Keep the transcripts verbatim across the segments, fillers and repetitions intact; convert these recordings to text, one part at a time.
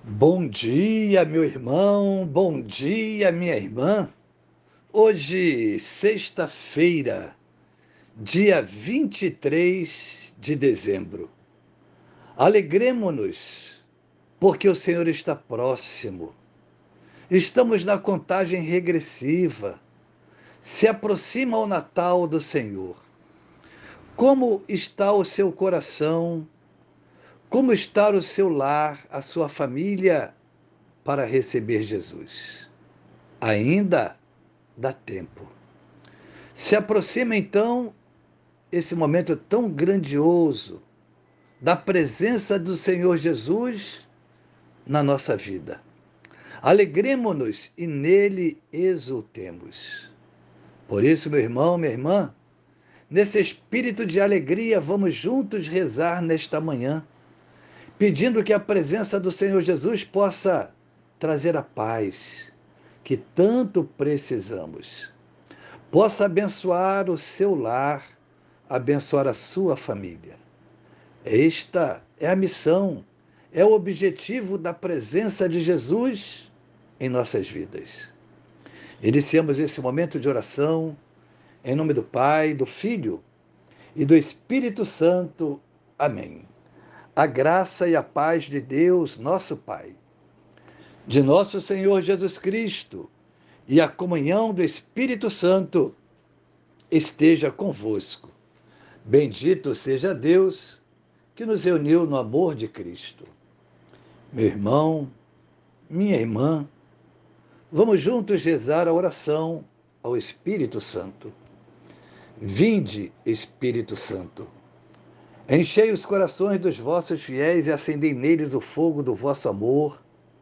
Bom dia, meu irmão, bom dia, minha irmã. Hoje, sexta-feira, dia vinte e três de dezembro. Alegremo-nos, porque o Senhor está próximo. Estamos na contagem regressiva. Se aproxima o Natal do Senhor. Como está o seu coração? Como está o seu lar, a sua família para receber Jesus? Ainda dá tempo. Se aproxima então esse momento tão grandioso da presença do Senhor Jesus na nossa vida. Alegremo-nos e nele exultemos. Por isso, meu irmão, minha irmã, nesse espírito de alegria, vamos juntos rezar nesta manhã, pedindo que a presença do Senhor Jesus possa trazer a paz que tanto precisamos, possa abençoar o seu lar, abençoar a sua família. Esta é a missão, é o objetivo da presença de Jesus em nossas vidas. Iniciamos esse momento de oração em nome do Pai, do Filho e do Espírito Santo. Amém. A graça e a paz de Deus, nosso Pai, de nosso Senhor Jesus Cristo e a comunhão do Espírito Santo esteja convosco. Bendito seja Deus que nos reuniu no amor de Cristo. Meu irmão, minha irmã, vamos juntos rezar a oração ao Espírito Santo. Vinde, Espírito Santo, enchei os corações dos vossos fiéis e acendei neles o fogo do vosso amor.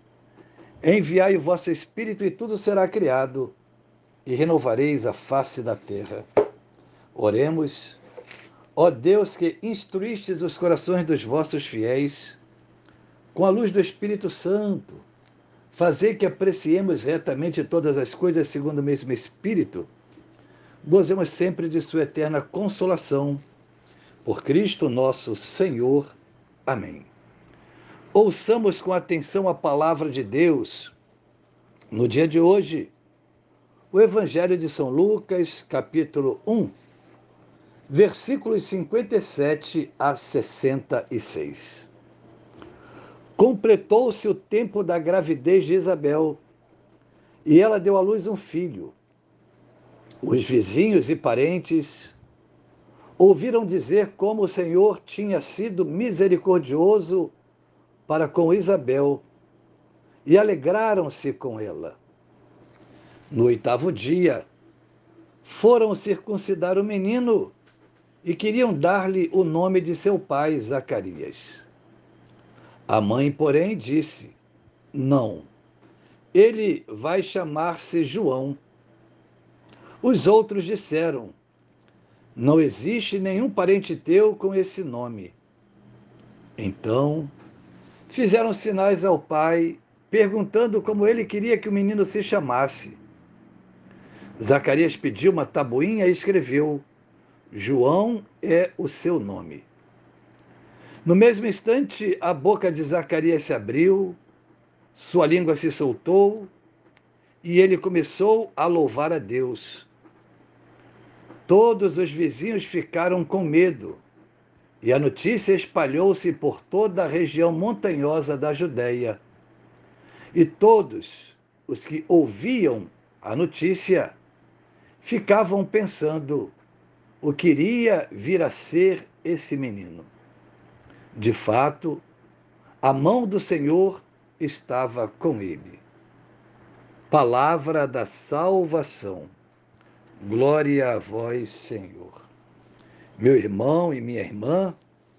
Enviai o vosso Espírito e tudo será criado, e renovareis a face da terra. Oremos. Ó Deus, que instruístes os corações dos vossos fiéis, com a luz do Espírito Santo, fazei que apreciemos retamente todas as coisas segundo o mesmo Espírito, gozemos sempre de sua eterna consolação. Por Cristo nosso Senhor. Amém. Ouçamos com atenção a palavra de Deus. No dia de hoje, o Evangelho de São Lucas, capítulo um, versículos cinquenta e sete a sessenta e seis. Completou-se o tempo da gravidez de Isabel, e ela deu à luz um filho. Os vizinhos e parentes ouviram dizer como o Senhor tinha sido misericordioso para com Isabel e alegraram-se com ela. No oitavo dia, foram circuncidar o menino e queriam dar-lhe o nome de seu pai, Zacarias. A mãe, porém, disse: não, ele vai chamar-se João. Os outros disseram: não existe nenhum parente teu com esse nome. Então, fizeram sinais ao pai, perguntando como ele queria que o menino se chamasse. Zacarias pediu uma tabuinha e escreveu: João é o seu nome. No mesmo instante, a boca de Zacarias se abriu, sua língua se soltou e ele começou a louvar a Deus. Todos os vizinhos ficaram com medo e a notícia espalhou-se por toda a região montanhosa da Judéia. E todos os que ouviam a notícia ficavam pensando o que iria vir a ser esse menino. De fato, a mão do Senhor estava com ele. Palavra da salvação. Glória a vós, Senhor. Meu irmão e minha irmã,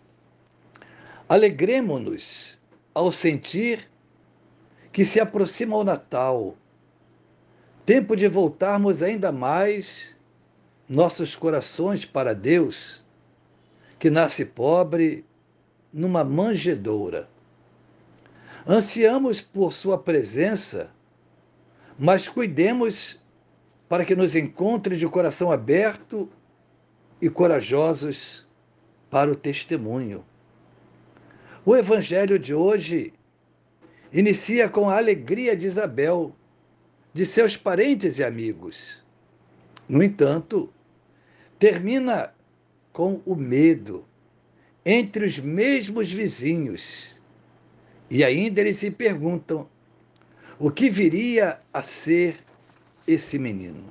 alegremo-nos ao sentir que se aproxima o Natal, tempo de voltarmos ainda mais nossos corações para Deus, que nasce pobre numa manjedoura. Ansiamos por sua presença, mas cuidemos para que nos encontre de coração aberto e corajosos para o testemunho. O Evangelho de hoje Inicia com a alegria de Isabel, de seus parentes e amigos. No entanto, termina com o medo entre os mesmos vizinhos. E ainda eles se perguntam o que viria a ser esse menino.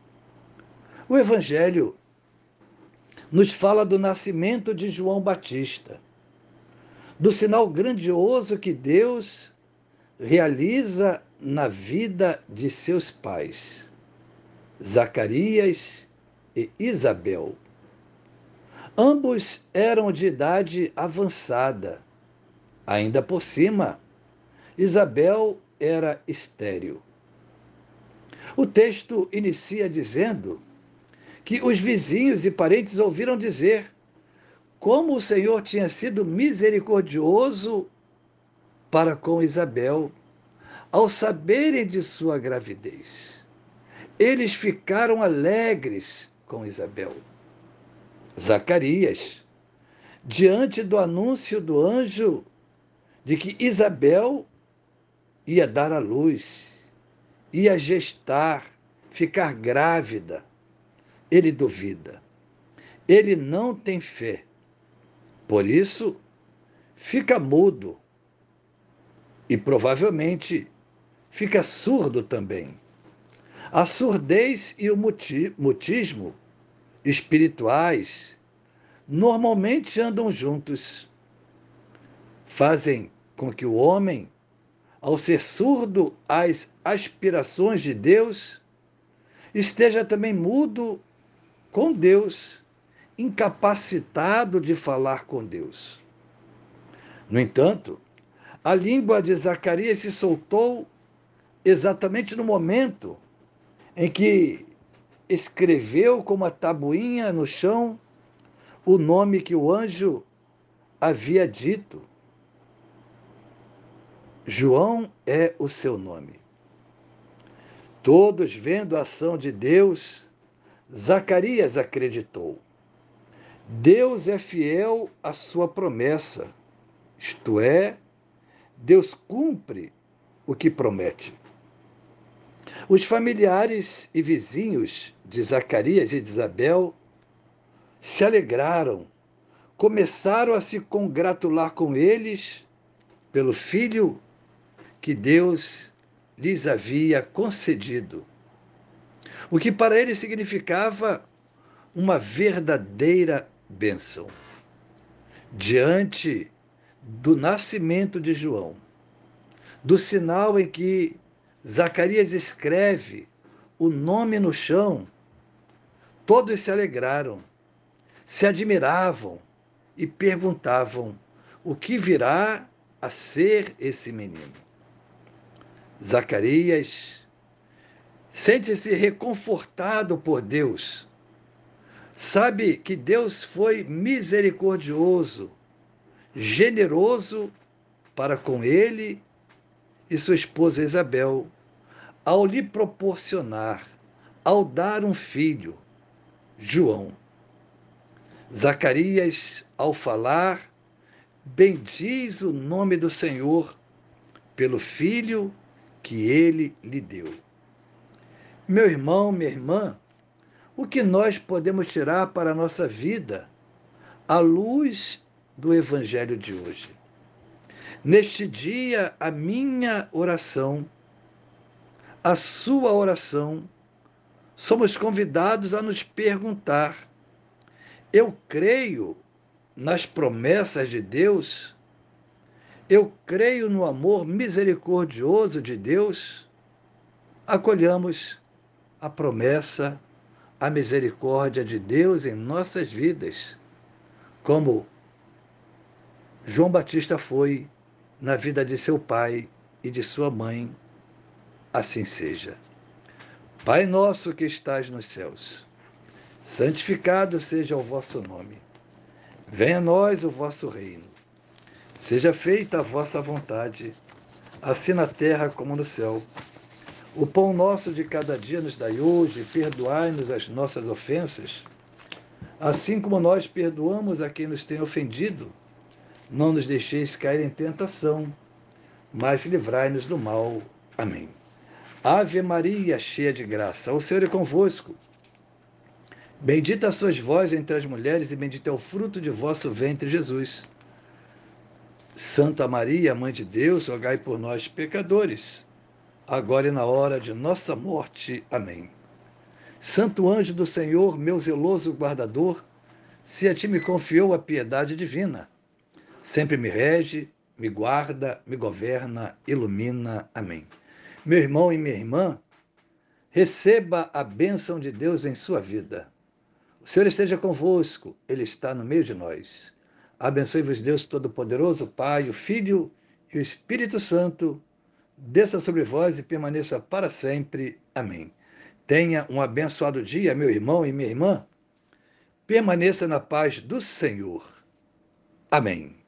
O Evangelho nos fala do nascimento de João Batista, do sinal grandioso que Deus realiza na vida de seus pais, Zacarias e Isabel. Ambos eram de idade avançada. Ainda por cima, Isabel era estéril. O texto inicia dizendo que os vizinhos e parentes ouviram dizer como o Senhor tinha sido misericordioso para com Isabel ao saberem de sua gravidez. Eles ficaram alegres com Isabel. Zacarias, diante do anúncio do anjo de que Isabel ia dar à luz, ia gestar, ficar grávida, ele duvida. Ele não tem fé. Por isso, fica mudo e provavelmente fica surdo também. A surdez e o mutismo espirituais normalmente andam juntos. Fazem com que o homem, ao ser surdo às aspirações de Deus, esteja também mudo com Deus, incapacitado de falar com Deus. No entanto, a língua de Zacarias se soltou exatamente no momento em que escreveu com uma tabuinha no chão o nome que o anjo havia dito. João é o seu nome. Todos vendo a ação de Deus, Zacarias acreditou. Deus é fiel à sua promessa, isto é, Deus cumpre o que promete. Os familiares e vizinhos de Zacarias e de Isabel se alegraram, começaram a se congratular com eles pelo filho que Deus lhes havia concedido, o que para eles significava uma verdadeira bênção. Diante do nascimento de João, do sinal em que Zacarias escreve o nome no chão, todos se alegraram, se admiravam e perguntavam o que virá a ser esse menino. Zacarias sente-se reconfortado por Deus. Sabe que Deus foi misericordioso, generoso para com ele e sua esposa Isabel, ao lhe proporcionar, ao dar um filho, João. Zacarias, ao falar, bendiz o nome do Senhor pelo filho que ele lhe deu. Meu irmão, minha irmã, o que nós podemos tirar para a nossa vida à luz do Evangelho de hoje? Neste dia, a minha oração, a sua oração, somos convidados a nos perguntar: eu creio nas promessas de Deus? Eu creio no amor misericordioso de Deus? Acolhamos a promessa, a misericórdia de Deus em nossas vidas, como João Batista foi na vida de seu pai e de sua mãe. Assim seja. Pai nosso que estás nos céus, santificado seja o vosso nome. Venha a nós o vosso reino. Seja feita a vossa vontade, assim na terra como no céu. O pão nosso de cada dia nos dai hoje, perdoai-nos as nossas ofensas, assim como nós perdoamos a quem nos tem ofendido. Não nos deixeis cair em tentação, mas livrai-nos do mal. Amém. Ave Maria, cheia de graça, o Senhor é convosco. Bendita sois vós entre as mulheres, e bendito é o fruto de vosso ventre, Jesus. Santa Maria, Mãe de Deus, rogai por nós, pecadores, agora e na hora de nossa morte. Amém. Santo anjo do Senhor, meu zeloso guardador, se a ti me confiou a piedade divina, sempre me rege, me guarda, me governa, ilumina. Amém. Meu irmão e minha irmã, receba a bênção de Deus em sua vida. O Senhor esteja convosco, Ele está no meio de nós. Abençoe-vos Deus Todo-Poderoso, Pai, o Filho e o Espírito Santo, desça sobre vós e permaneça para sempre. Amém. Tenha um abençoado dia, meu irmão e minha irmã. Permaneça na paz do Senhor. Amém.